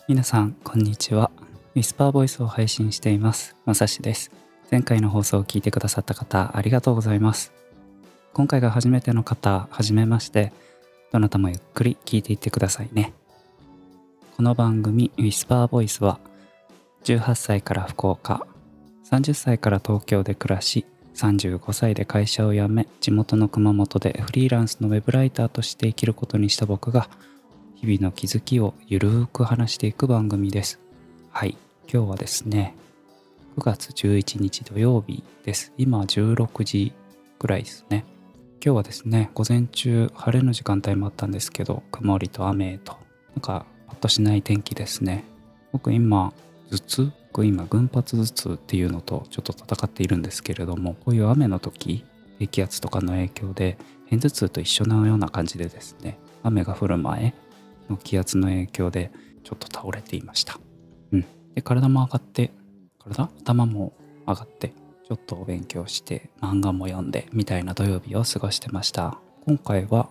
皆さんこんにちは。ウィスパーボイスを配信していますまさしです。前回の放送を聞いてくださった方ありがとうございます。今回が初めての方、はじめまして。どなたもゆっくり聞いていってくださいね。この番組ウィスパーボイスは18歳から福岡、30歳から東京で暮らし、35歳で会社を辞め、地元の熊本でフリーランスのウェブライターとして生きることにした僕が、日々の気づきをゆるーく話していく番組です。はい、今日はですね、9月11日土曜日です。今16時ぐらいですね。今日はですね、午前中晴れの時間帯もあったんですけど、曇りと雨と、なんかパッとしない天気ですね。僕今群発頭痛っていうのとちょっと戦っているんですけれども、こういう雨の時、低気圧とかの影響で片頭痛と一緒のような感じでですね、雨が降る前の気圧の影響でちょっと倒れていました。で、頭も上がって、ちょっとお勉強して漫画も読んでみたいな土曜日を過ごしてました。今回は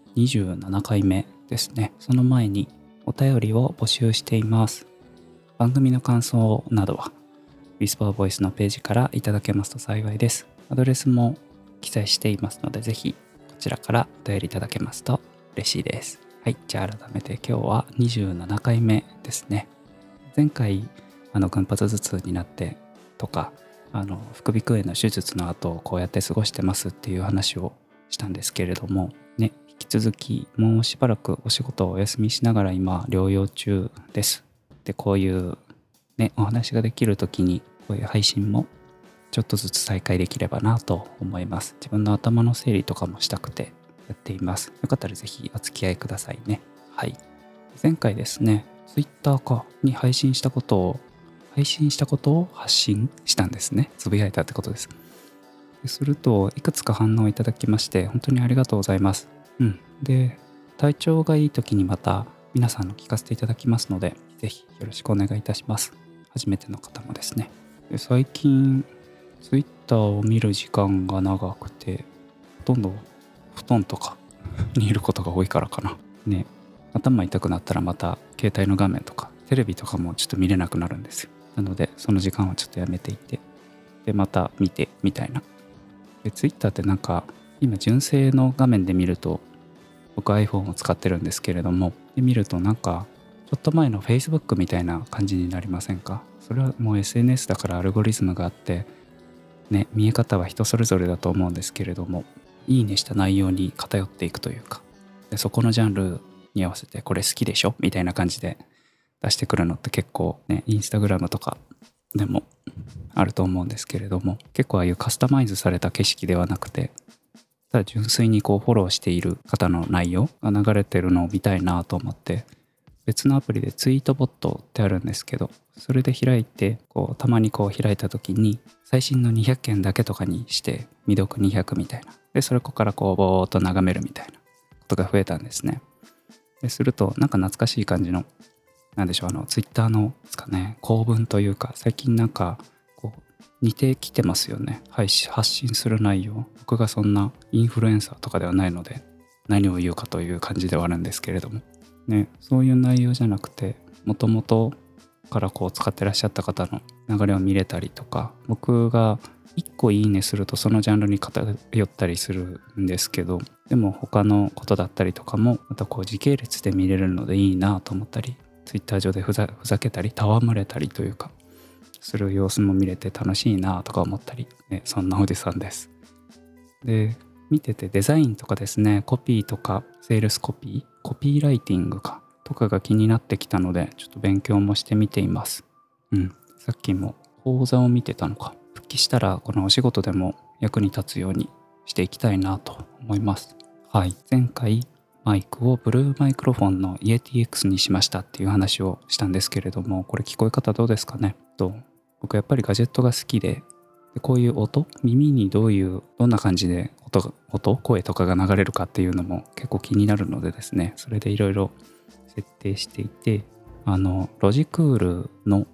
27回目ですね。その前にお便りを募集しています。番組の感想などは Whisper Voice のページからいただけますと幸いです。アドレスも記載していますので、ぜひこちらからお便りいただけますと嬉しいです。はい、じゃあ改めて今日は27回目ですね。前回群発頭痛になってとか、副鼻腔炎の手術の後こうやって過ごしてますっていう話をしたんですけれどもね、引き続きもうしばらくお仕事をお休みしながら今療養中です。で、こういうね、お話ができる時にこういう配信もちょっとずつ再開できればなと思います。自分の頭の整理とかもしたくてやっています。よかったらぜひお付き合いくださいね。はい。前回ですね、Twitter に配信したことを発信したんですね。つぶやいたってことです。するといくつか反応いただきまして本当にありがとうございます。で、体調がいい時にまた皆さんの聞かせていただきますので、ぜひよろしくお願いいたします。初めての方もですね。で、最近 Twitter を見る時間が長くて、ほとんど布団とかにいることが多いからかな。ね、頭痛くなったらまた携帯の画面とかテレビとかもちょっと見れなくなるんですよ。なのでその時間はちょっとやめていて、でまた見てみたいな。で Twitter ってなんか今純正の画面で見ると、僕 iPhone を使ってるんですけれども、で見るとなんかちょっと前の Facebook みたいな感じになりませんか？それはもう SNS だからアルゴリズムがあってね、見え方は人それぞれだと思うんですけれども、いいねした内容に偏っていくというか、でそこのジャンルに合わせてこれ好きでしょみたいな感じで出してくるのって結構ね、インスタグラムとかでもあると思うんですけれども、結構ああいうカスタマイズされた景色ではなくて、ただ純粋にこうフォローしている方の内容が流れてるのを見たいなと思って、別のアプリでツイートボットってあるんですけど、それで開いてたまに開いた時に最新の200件だけとかにして未読200みたいな、でそれここからぼーっと眺めるみたいなことが増えたんですね。でするとなんか懐かしい感じの、なんでしょう、ツイッターのですかね、構文というか、最近なんか似てきてますよね。発信する内容、僕がそんなインフルエンサーとかではないので何を言うかという感じではあるんですけれどもね、そういう内容じゃなくて、もともとから使ってらっしゃった方の流れを見れたりとか、僕が1個いいねするとそのジャンルに偏ったりするんですけど、でも他のことだったりとかもまた時系列で見れるのでいいなと思ったり、ツイッター上でふざけたり戯れたりというかする様子も見れて楽しいなとか思ったり、ね、そんなおじさんです。で、見ててデザインとかですね、コピーとかセールスコピーライティングとかが気になってきたので、ちょっと勉強もしてみています。さっきも講座を見てたのか。復帰したらこのお仕事でも役に立つようにしていきたいなと思います。はい、前回マイクをブルーマイクロフォンの EATX にしましたっていう話をしたんですけれども、これ聞こえ方どうですかね。僕やっぱりガジェットが好きで、こういう音、耳にどんな感じで声とかが流れるかっていうのも結構気になるのでですね、それでいろいろ設定していて、ロジクールの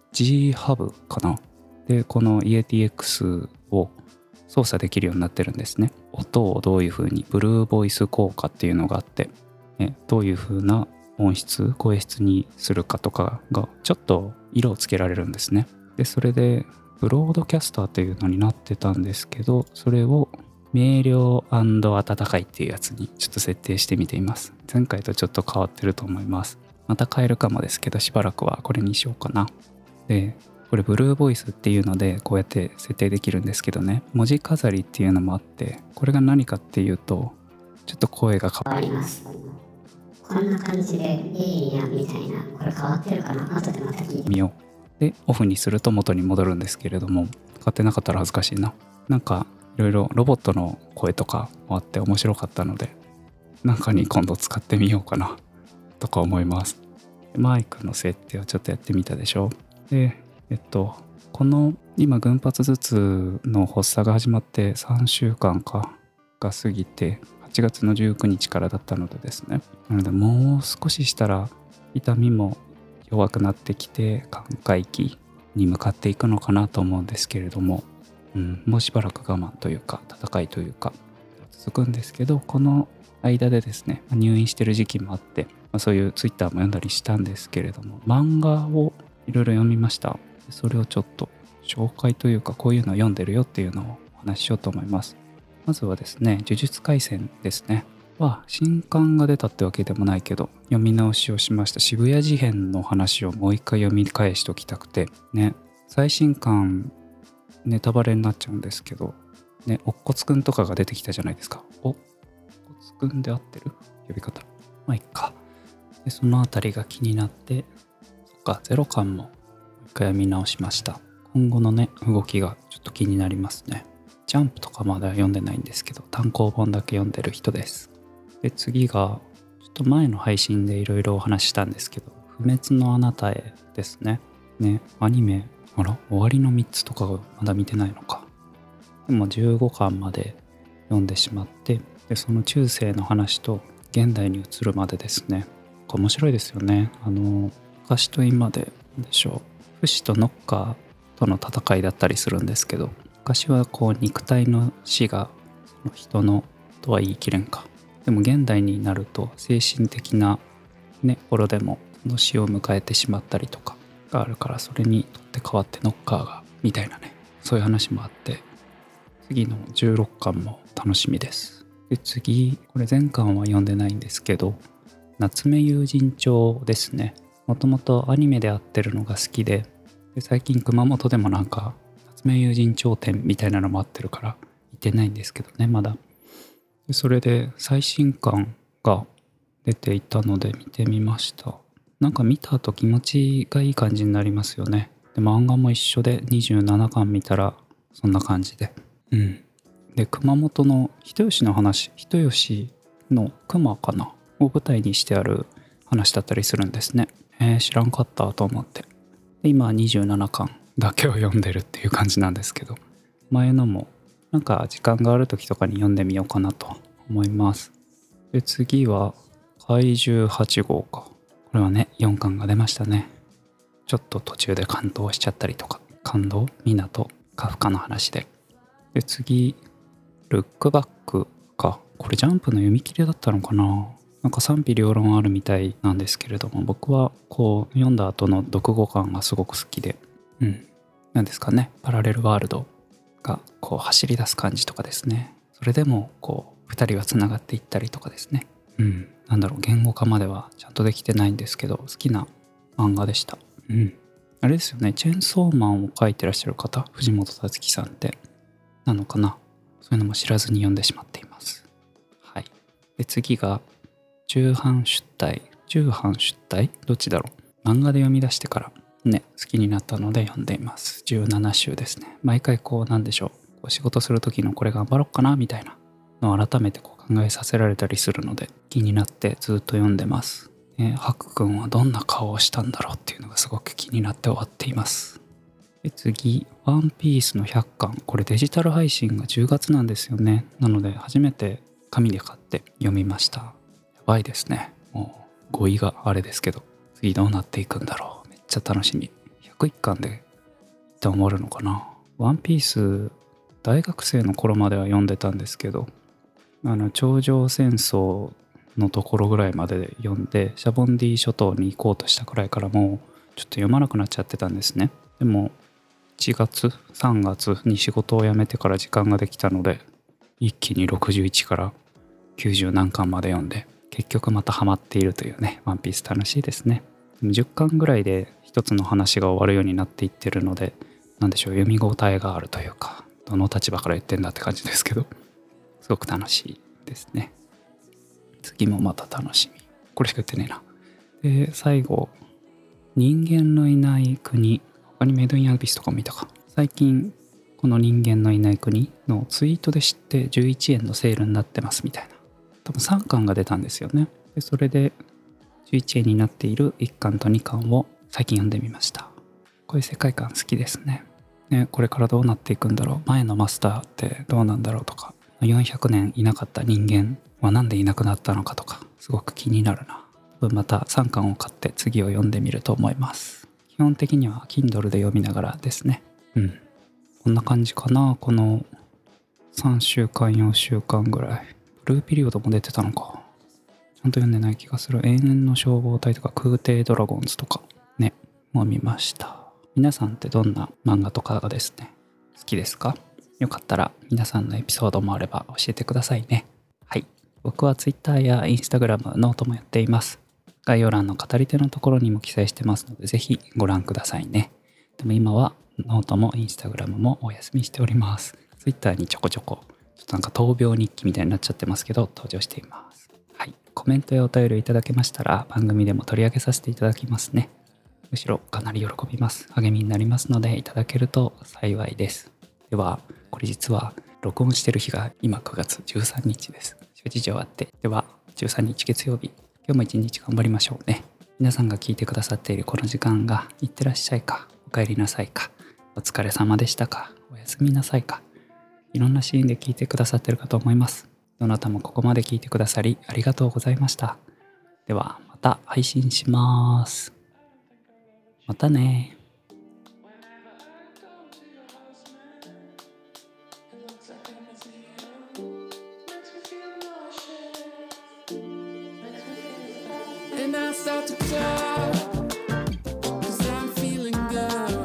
G ハブかなで、この EATX を操作できるようになってるんですね。音をどういう風にブルーボイス効果っていうのがあって、どういう風な音質声質にするかとかがちょっと色をつけられるんですね。でそれでブロードキャスターというのになってたんですけど、それを明瞭&温かいっていうやつにちょっと設定してみています。前回とちょっと変わってると思います。また変えるかもですけど、しばらくはこれにしようかな。でこれブルーボイスっていうのでこうやって設定できるんですけどね、文字飾りっていうのもあって、これが何かっていうと、ちょっと声が変わります。こんな感じでいいやみたいな、これ変わってるかな、後でまた聞いてみよう。でオフにすると元に戻るんですけれども、使ってなかったら恥ずかしいな。なんかいろいろロボットの声とかもあって面白かったので、なんかに今度使ってみようかなとか思います。マイクの設定をちょっとやってみたでしょ。でこの今群発頭痛の発作が始まって3週間かが過ぎて、8月の19日からだったのでですね、なのでもう少ししたら痛みも弱くなってきて寛解期に向かっていくのかなと思うんですけれども、もうしばらく我慢というか戦いというか続くんですけど、この間でですね入院してる時期もあって、そういうツイッターも読んだりしたんですけれども、漫画をいろいろ読みました。それをちょっと紹介というか、こういうのを読んでるよっていうのをお話ししようと思います。まずはですね、呪術廻戦ですね。新刊が出たってわけでもないけど読み直しをしました。渋谷事変の話をもう一回読み返しておきたくてね。最新刊ネタバレになっちゃうんですけどね、おっこつくんとかが出てきたじゃないですか。おっこつくんで合ってる呼び方、まあいっか。でそのあたりが気になって、そっか、ゼロ巻も一回読み直しました。今後のね動きがちょっと気になりますね。ジャンプとかまだ読んでないんですけど、単行本だけ読んでる人です。で次がちょっと前の配信でいろいろお話ししたんですけど、不滅のあなたへですね。アニメ終わりの3つとかがまだ見てないのか。でも15巻まで読んでしまって、でその中世の話と現代に移るまでですね、面白いですよね。昔と今でしょう、不死とノッカーとの戦いだったりするんですけど、昔はこう肉体の死がその人のとは言い切れんか、でも現代になると精神的なところでもその死を迎えてしまったりとかがあるから、それにとって代わってノッカーがみたいなね、そういう話もあって、次の16巻も楽しみです。で次、これ前巻は読んでないんですけど、夏目友人帳ですね。もともとアニメでやってるのが好きで、最近熊本でもなんか夏目友人帳展みたいなのもあってるから行ってないんですけどね、まだ。でそれで最新巻が出ていたので見てみました。なんか見た後気持ちがいい感じになりますよね。で漫画も一緒で27巻見たらそんな感じで、で熊本の人吉の話、人吉の熊かなを舞台にしてある話だったりするんですね。知らんかったと思って、で今27巻だけを読んでるっていう感じなんですけど、前のもなんか時間がある時とかに読んでみようかなと思います。で次は怪獣8号か。これはね4巻が出ましたね。ちょっと途中で感動しちゃったりとか、感動港カフカの話で。で次ルックバックか。これジャンプの読み切りだったのかな。なんか賛否両論あるみたいなんですけれども、僕はこう読んだ後の読後感がすごく好きで、なんですかね、パラレルワールドがこう走り出す感じとかですね、それでもこう2人はつながっていったりとかですね、なんだろう、言語化まではちゃんとできてないんですけど好きな漫画でした。あれですよね、チェーンソーマンを描いてらっしゃる方、藤本つ樹さんってなのかな。そういうのも知らずに読んでしまっています。はい。で次が重版出題どっちだろう。漫画で読み出してからね好きになったので読んでいます。17週ですね。毎回こうなんでしょう、こう仕事する時のこれ頑張ろうかなみたいなのを改めてこう考えさせられたりするので気になってずっと読んでます。ハク君はどんな顔をしたんだろうっていうのがすごく気になって終わっています。で次、ワンピースの100巻。これデジタル配信が10月なんですよね。なので初めて紙で買って読みました。やばいですね。もう語彙があれですけど、次どうなっていくんだろう。めっちゃ楽しみ。101巻で一旦終わるのかな。ワンピース大学生の頃までは読んでたんですけど、頂上戦争のところぐらいまで読んで、シャボンディ諸島に行こうとしたくらいからもうちょっと読まなくなっちゃってたんですね。でも1月3月に仕事を辞めてから時間ができたので、一気に61から90何巻まで読んで、結局またハマっているというね。ワンピース楽しいですね。でも10巻ぐらいで一つの話が終わるようになっていってるので、なんでしょう、読み応えがあるというか、どの立場から言ってんだって感じですけど、すごく楽しいですね。次もまた楽しみ。これしか言ってねえな。で、最後、人間のいない国。他にメイドインアビスとかも見たか。最近、この人間のいない国のツイートで知って11円のセールになってますみたいな。多分3巻が出たんですよね。で、それで11円になっている1巻と2巻を最近読んでみました。こういう世界観好きですね。これからどうなっていくんだろう。前のマスターってどうなんだろうとか、400年いなかった人間はなんでいなくなったのかとか、すごく気になるな。また3巻を買って次を読んでみると思います。基本的には Kindle で読みながらですね。こんな感じかな。この3週間4週間ぐらい。ブルーピリオドも出てたのか。ちゃんと読んでない気がする。永遠の消防隊とか空挺ドラゴンズとかね、もう見ました。皆さんってどんな漫画とかがですね、好きですか？よかったら皆さんのエピソードもあれば教えてくださいね。はい。僕は Twitter や Instagram、ノートもやっています。概要欄の語り手のところにも記載してますので、ぜひご覧くださいね。でも今はノートも Instagram もお休みしております。Twitter にちょこちょこ、ちょっとなんか闘病日記みたいになっちゃってますけど、登場しています。はい。コメントやお便りいただけましたら、番組でも取り上げさせていただきますね。むしろかなり喜びます。励みになりますので、いただけると幸いです。では、これ実は録音してる日が今9月13日です。諸事情あって。では、13日月曜日、今日も一日頑張りましょうね。皆さんが聞いてくださっているこの時間が、いってらっしゃいか、お帰りなさいか、お疲れ様でしたか、おやすみなさいか、いろんなシーンで聞いてくださってるかと思います。どなたもここまで聞いてくださりありがとうございました。ではまた配信します。またね。And I start to cry, 'cause I'm feeling good.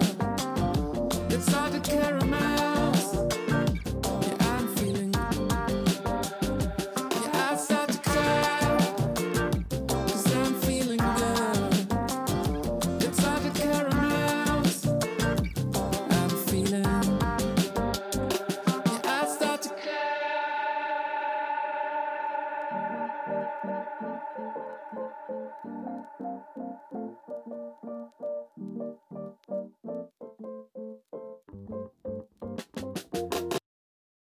It's hard to carry my else. Yeah, I'm feeling good. Yeah, I start to cry, 'cause I'm feeling good. It's hard to carry my else. I'm feeling. Yeah, I start to cry.